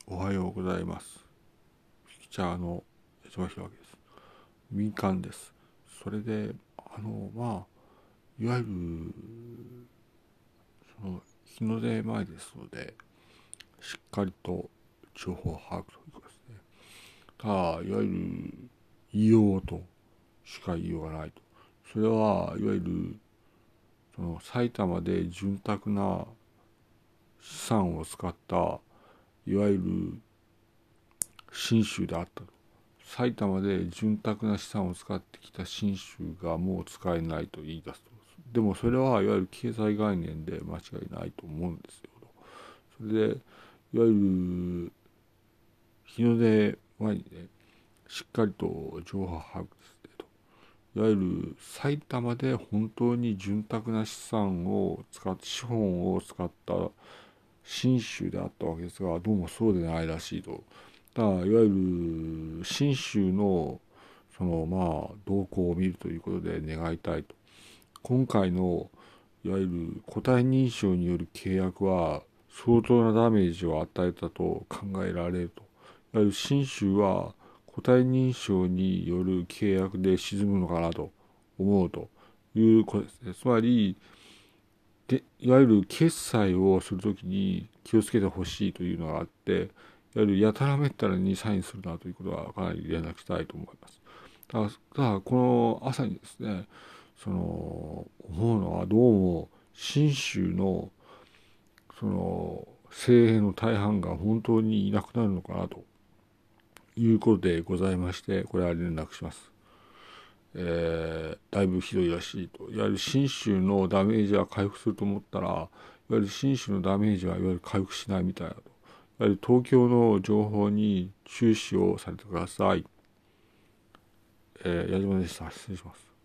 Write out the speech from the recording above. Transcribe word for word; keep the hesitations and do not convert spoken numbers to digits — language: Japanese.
おはようございます。ピクチャーの矢島弘明です。民間です。それで、あの、まあ、いわゆる、その、日の出前ですので、しっかりと情報を把握ということですね。ただ、いわゆる、言いようとしか言いようがないと。それは、いわゆる、その、埼玉で潤沢な資産を使った、いわゆる、信州であったと。埼玉で潤沢な資産を使ってきた信州がもう使えないと言い出すと。でもそれはいわゆる経済概念で間違いないと思うんですよ。それでいわゆる日の出前にね、しっかりと情報把握してと。いわゆる埼玉で本当に潤沢な資産を使って資本を使った信州であったわけですが、どうもそうでないらしいと。だからいわゆる信州のそのまあ動向を見るということで願いたいと。今回のいわゆる個体認証による契約は相当なダメージを与えたと考えられると。いわゆる信州は個体認証による契約で沈むのかなと思うということですね。つまりでいわゆる決済をするときに気をつけてほしいというのがあって、いわゆるやたらめったらにサインするなということはかなり連絡したいと思います。ただ、ただこの朝にですね、その思うのはどうも信州のその精鋭の大半が本当にいなくなるのかなということでございまして、これは連絡します。えー、だいぶひどいらしいと。いわゆる信州のダメージは回復すると思ったら、いわゆる信州のダメージはいわゆる回復しないみたいだと。いわゆる東京の情報に注視をされてください。えー、矢島でした。失礼します。